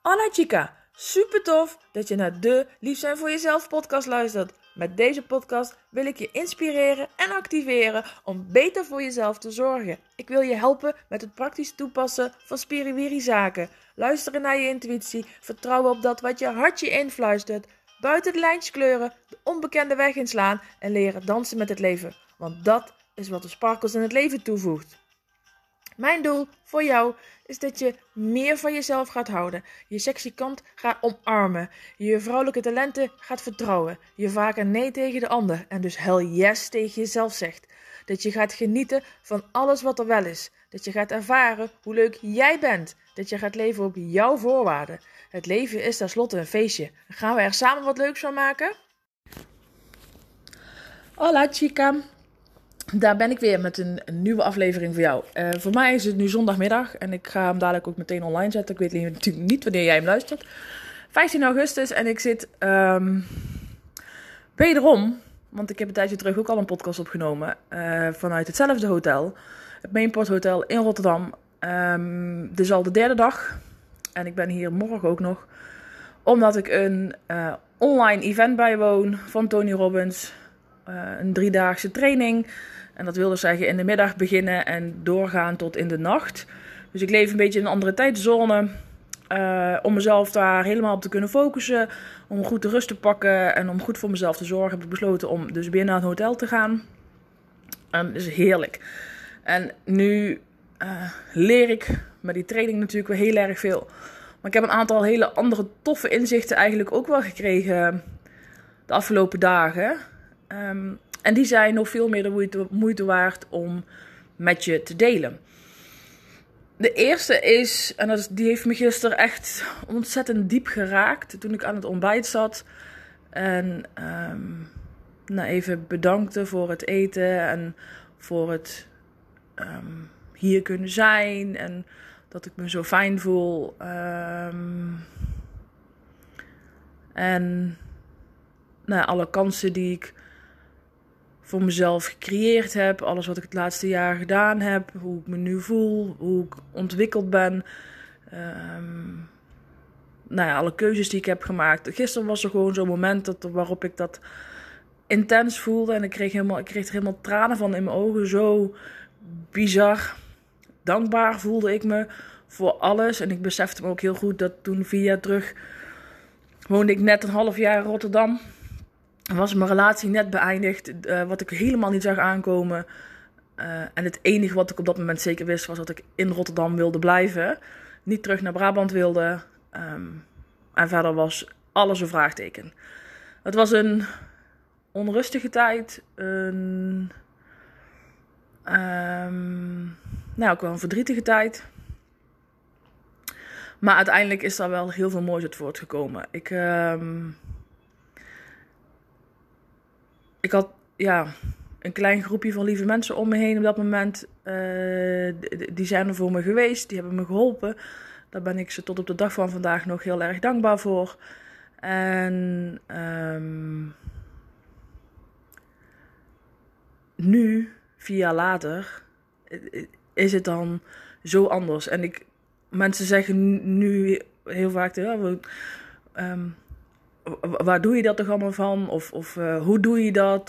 Hola chica, super tof dat je naar de Lief zijn voor jezelf podcast luistert. Met deze podcast wil ik je inspireren en activeren om beter voor jezelf te zorgen. Ik wil je helpen met het praktisch toepassen van spiriwiri zaken. Luisteren naar je intuïtie, vertrouwen op dat wat je hartje influistert. Buiten de lijntjes kleuren, de onbekende weg inslaan en leren dansen met het leven. Want dat is wat de sparkles in het leven toevoegt. Mijn doel voor jou is dat je meer van jezelf gaat houden. Je sexy kant gaat omarmen. Je vrouwelijke talenten gaat vertrouwen. Je vaker nee tegen de ander en dus hell yes tegen jezelf zegt. Dat je gaat genieten van alles wat er wel is. Dat je gaat ervaren hoe leuk jij bent. Dat je gaat leven op jouw voorwaarden. Het leven is tenslotte een feestje. Gaan we er samen wat leuks van maken? Hola chica. Daar ben ik weer met een nieuwe aflevering voor jou. Voor mij is het nu zondagmiddag en ik ga hem dadelijk ook meteen online zetten. Ik weet natuurlijk niet wanneer jij hem luistert. 15 augustus en ik zit wederom, want ik heb een tijdje terug ook al een podcast opgenomen vanuit hetzelfde hotel. Het Mainport Hotel in Rotterdam. Dit is al de derde dag en ik ben hier morgen ook nog. Omdat ik een online event bijwoon van Tony Robbins. Een 3-daagse training. En dat wil dus zeggen in de middag beginnen en doorgaan tot in de nacht. Dus ik leef een beetje in een andere tijdzone. Om mezelf daar helemaal op te kunnen focussen. Om goed de rust te pakken en om goed voor mezelf te zorgen. Heb ik besloten om dus weer naar een hotel te gaan. En dat is heerlijk. En nu leer ik met die training natuurlijk weer heel erg veel. Maar ik heb een aantal hele andere toffe inzichten eigenlijk ook wel gekregen de afgelopen dagen. En die zijn nog veel meer de moeite waard om met je te delen. De eerste is, en die heeft me gisteren echt ontzettend diep geraakt toen ik aan het ontbijt zat. En even bedankte voor het eten en voor het hier kunnen zijn. En dat ik me zo fijn voel. En alle kansen die ik voor mezelf gecreëerd heb. Alles wat ik het laatste jaar gedaan heb. Hoe ik me nu voel. Hoe ik ontwikkeld ben. Alle keuzes die ik heb gemaakt. Gisteren was er gewoon zo'n moment waarop ik dat intens voelde. En ik kreeg er helemaal tranen van in mijn ogen. Zo bizar. Dankbaar voelde ik me voor alles. En ik besefte me ook heel goed dat toen 4 jaar terug woonde ik net een half jaar in Rotterdam. Was mijn relatie net beëindigd, wat ik helemaal niet zag aankomen. En het enige wat ik op dat moment zeker wist, was dat ik in Rotterdam wilde blijven. Niet terug naar Brabant wilde. En verder was alles een vraagteken. Het was een onrustige tijd. Ook wel een verdrietige tijd. Maar uiteindelijk is daar wel heel veel moois uit voortgekomen. Ik had een klein groepje van lieve mensen om me heen op dat moment. Die zijn er voor me geweest. Die hebben me geholpen. Daar ben ik ze tot op de dag van vandaag nog heel erg dankbaar voor. En nu, 4 jaar later, is het dan zo anders. En mensen zeggen nu heel vaak, waar doe je dat toch allemaal van? Of hoe doe je dat?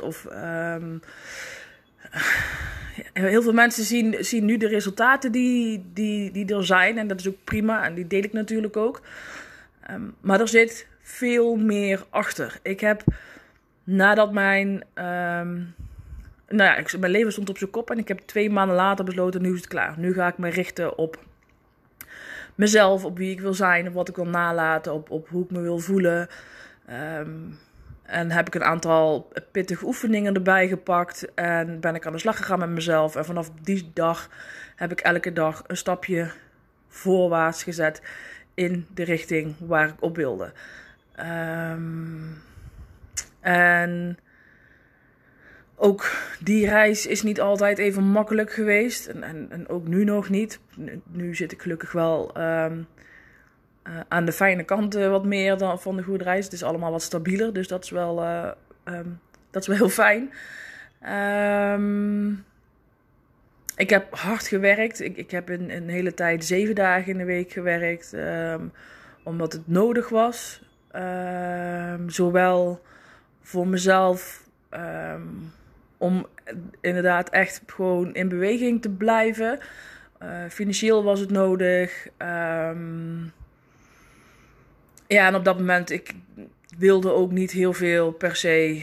Heel veel mensen zien nu de resultaten die er zijn. En dat is ook prima. En die deel ik natuurlijk ook. Maar er zit veel meer achter. Ik heb nadat mijn leven stond op zijn kop. En ik heb 2 maanden later besloten, nu is het klaar. Nu ga ik me richten op mezelf, op wie ik wil zijn, op wat ik wil nalaten, op hoe ik me wil voelen. En heb ik een aantal pittige oefeningen erbij gepakt. En ben ik aan de slag gegaan met mezelf. En vanaf die dag heb ik elke dag een stapje voorwaarts gezet in de richting waar ik op wilde. En ook die reis is niet altijd even makkelijk geweest. En ook nu nog niet. Nu zit ik gelukkig wel aan de fijne kant wat meer dan van de goede reis. Het is allemaal wat stabieler. Dus dat is wel heel fijn. Ik heb hard gewerkt. Ik heb een hele tijd 7 dagen in de week gewerkt. omdat het nodig was. Zowel voor mezelf om inderdaad echt gewoon in beweging te blijven. Financieel was het nodig. En op dat moment, ik wilde ook niet heel veel per se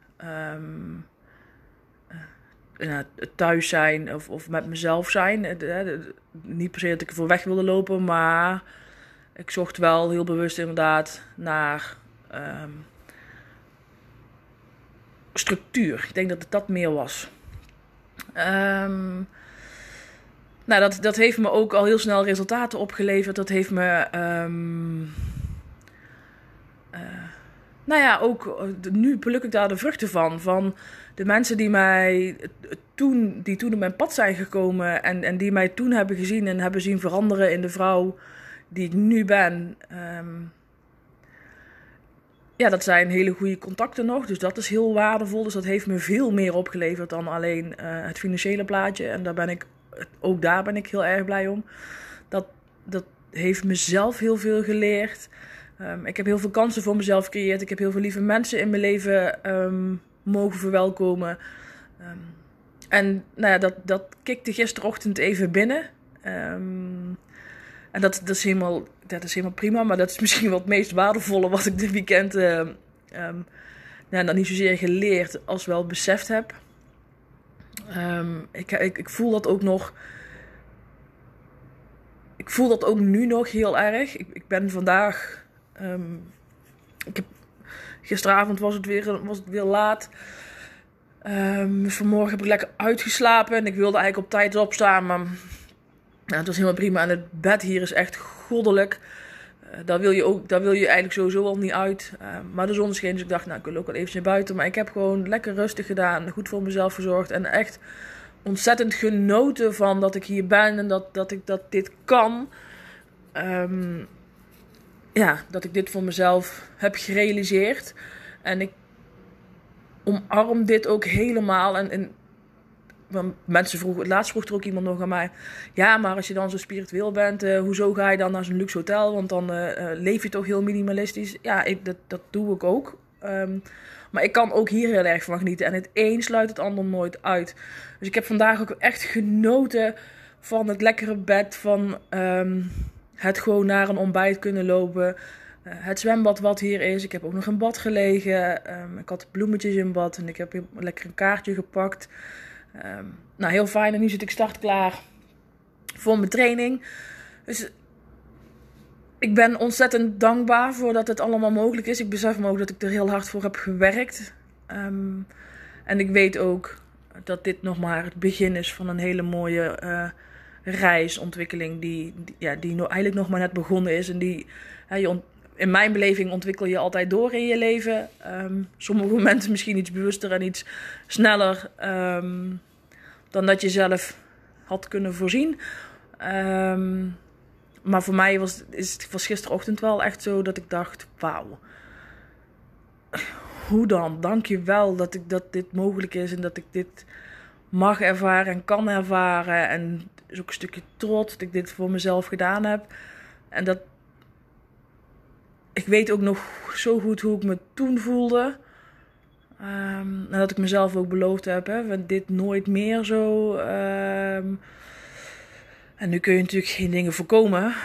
thuis zijn of met mezelf zijn. Niet per se dat ik ervoor weg wilde lopen, maar ik zocht wel heel bewust inderdaad naar structuur. Ik denk dat het dat meer was. Dat heeft me ook al heel snel resultaten opgeleverd. Dat heeft me ook nu pluk ik daar de vruchten van. Van de mensen die mij toen op mijn pad zijn gekomen en die mij toen hebben gezien en hebben zien veranderen in de vrouw die ik nu ben. Dat zijn hele goede contacten nog. Dus dat is heel waardevol. Dus dat heeft me veel meer opgeleverd dan alleen het financiële plaatje. En daar ben ik heel erg blij om. Dat heeft mezelf heel veel geleerd. Ik heb heel veel kansen voor mezelf gecreëerd. Ik heb heel veel lieve mensen in mijn leven mogen verwelkomen. Dat kikte gisterochtend even binnen. En dat is helemaal prima. Maar dat is misschien wel het meest waardevolle wat ik dit weekend dan niet zozeer geleerd als wel beseft heb. Ik voel dat ook nog. Ik voel dat ook nu nog heel erg. Ik ben vandaag. Gisteravond was het weer laat. Vanmorgen heb ik lekker uitgeslapen. En ik wilde eigenlijk op tijd opstaan. Maar het was helemaal prima. En het bed hier is echt goddelijk. Daar wil je eigenlijk sowieso al niet uit. Maar de zon scheen. Dus ik dacht, ik wil ook wel even naar buiten. Maar ik heb gewoon lekker rustig gedaan. Goed voor mezelf gezorgd. En echt ontzettend genoten van dat ik hier ben. En dat dit kan. Dat ik dit voor mezelf heb gerealiseerd. En ik omarm dit ook helemaal. Mensen vroegen, laatst vroeg er ook iemand nog aan mij. Ja, maar als je dan zo spiritueel bent, hoezo ga je dan naar zo'n luxe hotel? Want dan leef je toch heel minimalistisch. Ja, dat doe ik ook. Maar ik kan ook hier heel erg van genieten. En het een sluit het ander nooit uit. Dus ik heb vandaag ook echt genoten van het lekkere bed. Van het gewoon naar een ontbijt kunnen lopen. Het zwembad wat hier is. Ik heb ook nog in bad gelegen. Ik had bloemetjes in bad. En ik heb lekker een kaartje gepakt. Heel fijn. En nu zit ik startklaar voor mijn training. Dus ik ben ontzettend dankbaar voor dat het allemaal mogelijk is. Ik besef me ook dat ik er heel hard voor heb gewerkt. En ik weet ook dat dit nog maar het begin is van een hele mooie reisontwikkeling. Die eigenlijk nog maar net begonnen is. En in mijn beleving ontwikkel je altijd door in je leven. Sommige momenten misschien iets bewuster en iets sneller dan dat je zelf had kunnen voorzien. Maar voor mij was gisterochtend wel echt zo dat ik dacht, wauw. Hoe dan? Dank je wel dat dit mogelijk is en dat ik dit mag ervaren en kan ervaren. En is ook een stukje trots dat ik dit voor mezelf gedaan heb. En dat ik weet ook nog zo goed hoe ik me toen voelde. En dat ik mezelf ook beloofd heb, dit nooit meer zo. En nu kun je natuurlijk geen dingen voorkomen.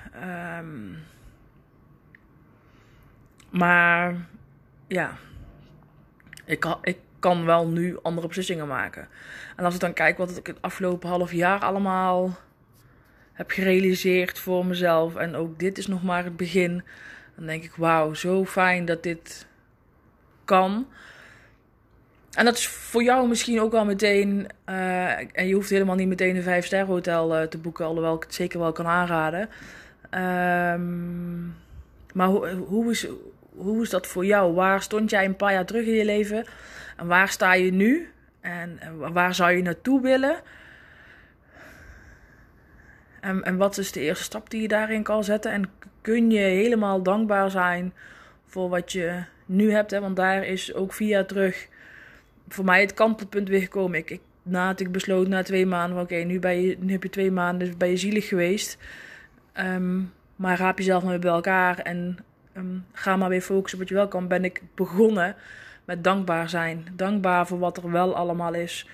Maar ja, ik kan wel nu andere beslissingen maken. En als ik dan kijk wat ik het afgelopen half jaar allemaal heb gerealiseerd voor mezelf. En ook dit is nog maar het begin. Dan denk ik, wauw, zo fijn dat dit kan. En dat is voor jou misschien ook wel meteen. En je hoeft helemaal niet meteen een 5-ster hotel te boeken. Alhoewel ik het zeker wel kan aanraden. Maar hoe is dat voor jou? Waar stond jij een paar jaar terug in je leven? En waar sta je nu? En waar zou je naartoe willen? En wat is de eerste stap die je daarin kan zetten? En kun je helemaal dankbaar zijn voor wat je nu hebt? Want daar is ook 4 jaar terug voor mij het kantelpunt weer gekomen. Ik besloot na 2 maanden, oké, nu heb je 2 maanden, dus ben je zielig geweest. maar raap jezelf maar weer bij elkaar en ga maar weer focussen op wat je wel kan. Ben ik begonnen met dankbaar zijn. Dankbaar voor wat er wel allemaal is.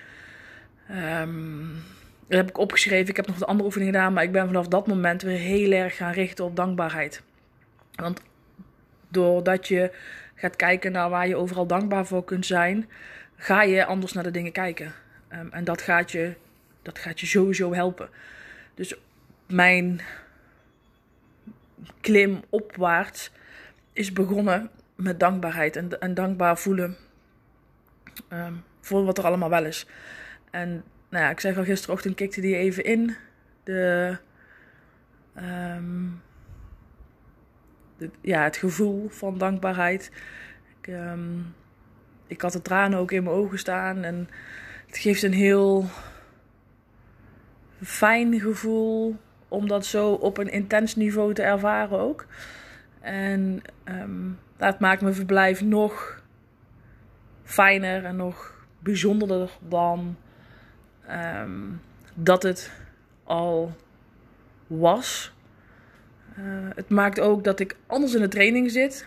Dat heb ik opgeschreven. Ik heb nog de andere oefening gedaan, maar ik ben vanaf dat moment weer heel erg gaan richten op dankbaarheid. Want doordat je gaat kijken naar waar je overal dankbaar voor kunt zijn, ga je anders naar de dingen kijken. En dat gaat je sowieso helpen. Dus mijn klim opwaarts is begonnen met dankbaarheid en dankbaar voelen voor wat er allemaal wel is. En nou ja, ik zei al gisterochtend, kikte die even in. Het gevoel van dankbaarheid. Ik had de tranen ook in mijn ogen staan. En het geeft een heel fijn gevoel om dat zo op een intens niveau te ervaren ook. En dat maakt mijn verblijf nog fijner en nog bijzonderder dan dat het al was. Het maakt ook dat ik anders in de training zit.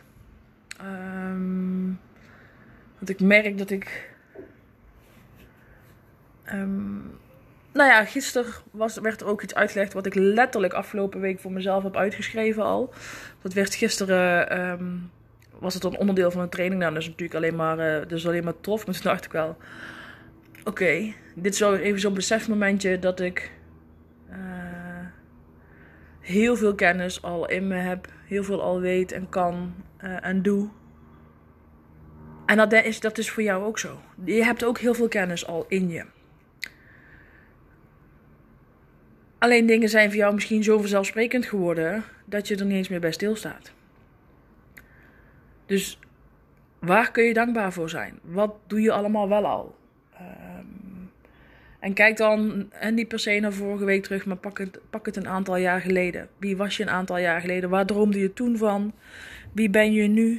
Want ik merk dat ik... gisteren werd er ook iets uitgelegd wat ik letterlijk afgelopen week voor mezelf heb uitgeschreven al. Dat werd gisteren... was het een onderdeel van een training. Nou, dat is natuurlijk alleen maar tof. Maar toen dacht ik wel... Oké, dit is wel even zo'n besefmomentje dat ik... heel veel kennis al in me heb. Heel veel al weet en kan en doe. En dat is voor jou ook zo. Je hebt ook heel veel kennis al in je. Alleen dingen zijn voor jou misschien zo vanzelfsprekend geworden dat je er niet eens meer bij stilstaat. Dus waar kun je dankbaar voor zijn? Wat doe je allemaal wel al? En kijk dan niet per se naar vorige week terug, maar pak het een aantal jaar geleden. Wie was je een aantal jaar geleden? Waar droomde je toen van? Wie ben je nu?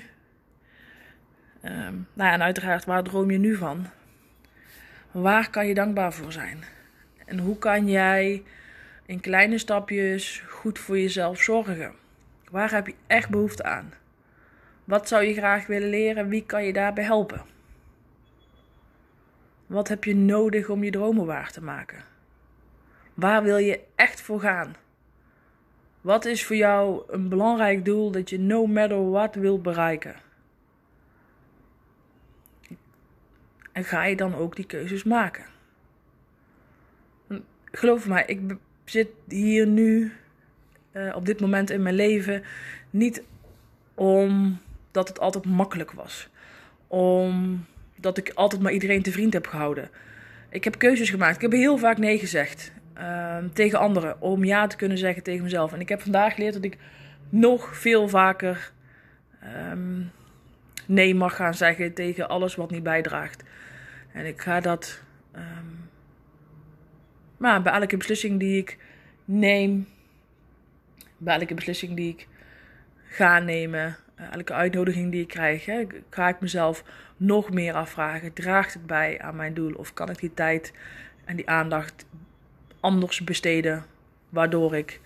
En uiteraard, waar droom je nu van? Waar kan je dankbaar voor zijn? En hoe kan jij in kleine stapjes goed voor jezelf zorgen? Waar heb je echt behoefte aan? Wat zou je graag willen leren? Wie kan je daarbij helpen? Wat heb je nodig om je dromen waar te maken? Waar wil je echt voor gaan? Wat is voor jou een belangrijk doel dat je no matter what wilt bereiken? En ga je dan ook die keuzes maken? Geloof mij, ik zit hier nu op dit moment in mijn leven niet omdat het altijd makkelijk was. Omdat ik altijd maar iedereen te vriend heb gehouden. Ik heb keuzes gemaakt. Ik heb heel vaak nee gezegd tegen anderen. Om ja te kunnen zeggen tegen mezelf. En ik heb vandaag geleerd dat ik nog veel vaker nee mag gaan zeggen tegen alles wat niet bijdraagt. En ik ga dat bij elke beslissing die ik neem, bij elke beslissing die ik ga nemen, elke uitnodiging die ik krijg, ga ik mezelf nog meer afvragen. Draagt het bij aan mijn doel? Of kan ik die tijd en die aandacht anders besteden, waardoor ik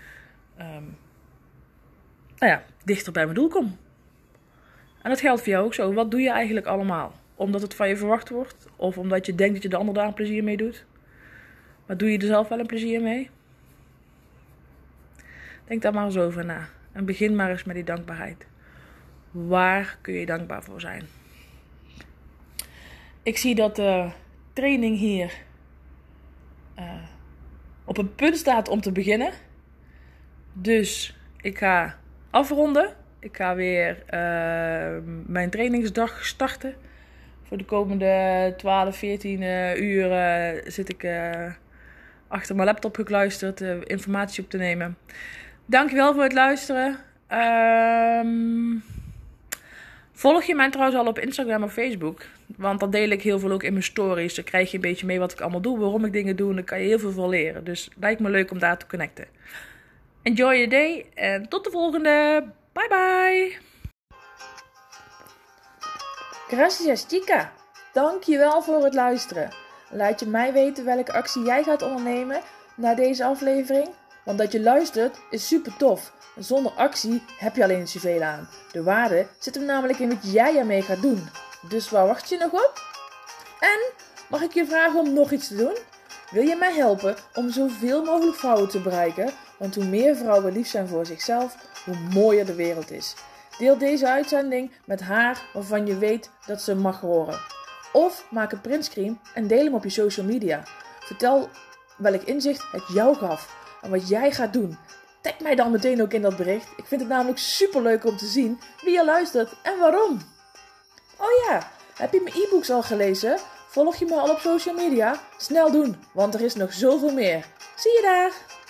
dichter bij mijn doel kom? En dat geldt voor jou ook zo. Wat doe je eigenlijk allemaal? Omdat het van je verwacht wordt? Of omdat je denkt dat je de ander daar een plezier mee doet? Maar doe je er zelf wel een plezier mee? Denk daar maar eens over na. En begin maar eens met die dankbaarheid. Waar kun je dankbaar voor zijn? Ik zie dat de training hier op een punt staat om te beginnen. Dus ik ga afronden. Ik ga weer mijn trainingsdag starten. Voor de komende 12, 14 uur zit ik achter mijn laptop gekluisterd informatie op te nemen. Dankjewel voor het luisteren. Volg je mij trouwens al op Instagram of Facebook? Want dan deel ik heel veel ook in mijn stories. Dan krijg je een beetje mee wat ik allemaal doe, waarom ik dingen doe. En dan kan je heel veel van leren. Dus het lijkt me leuk om daar te connecten. Enjoy your day en tot de volgende. Bye bye. Gracias chica. Dankjewel voor het luisteren. Laat je mij weten welke actie jij gaat ondernemen na deze aflevering. Want dat je luistert is super tof. En zonder actie heb je alleen zoveel aan. De waarde zit hem namelijk in wat jij ermee gaat doen. Dus waar wacht je nog op? En mag ik je vragen om nog iets te doen? Wil je mij helpen om zoveel mogelijk vrouwen te bereiken? Want hoe meer vrouwen lief zijn voor zichzelf, hoe mooier de wereld is. Deel deze uitzending met haar waarvan je weet dat ze mag horen. Of maak een printscreen en deel hem op je social media. Vertel welk inzicht het jou gaf en wat jij gaat doen. Tag mij dan meteen ook in dat bericht. Ik vind het namelijk super leuk om te zien wie je luistert en waarom. Oh ja, heb je mijn e-books al gelezen? Volg je me al op social media? Snel doen, want er is nog zoveel meer. Zie je daar!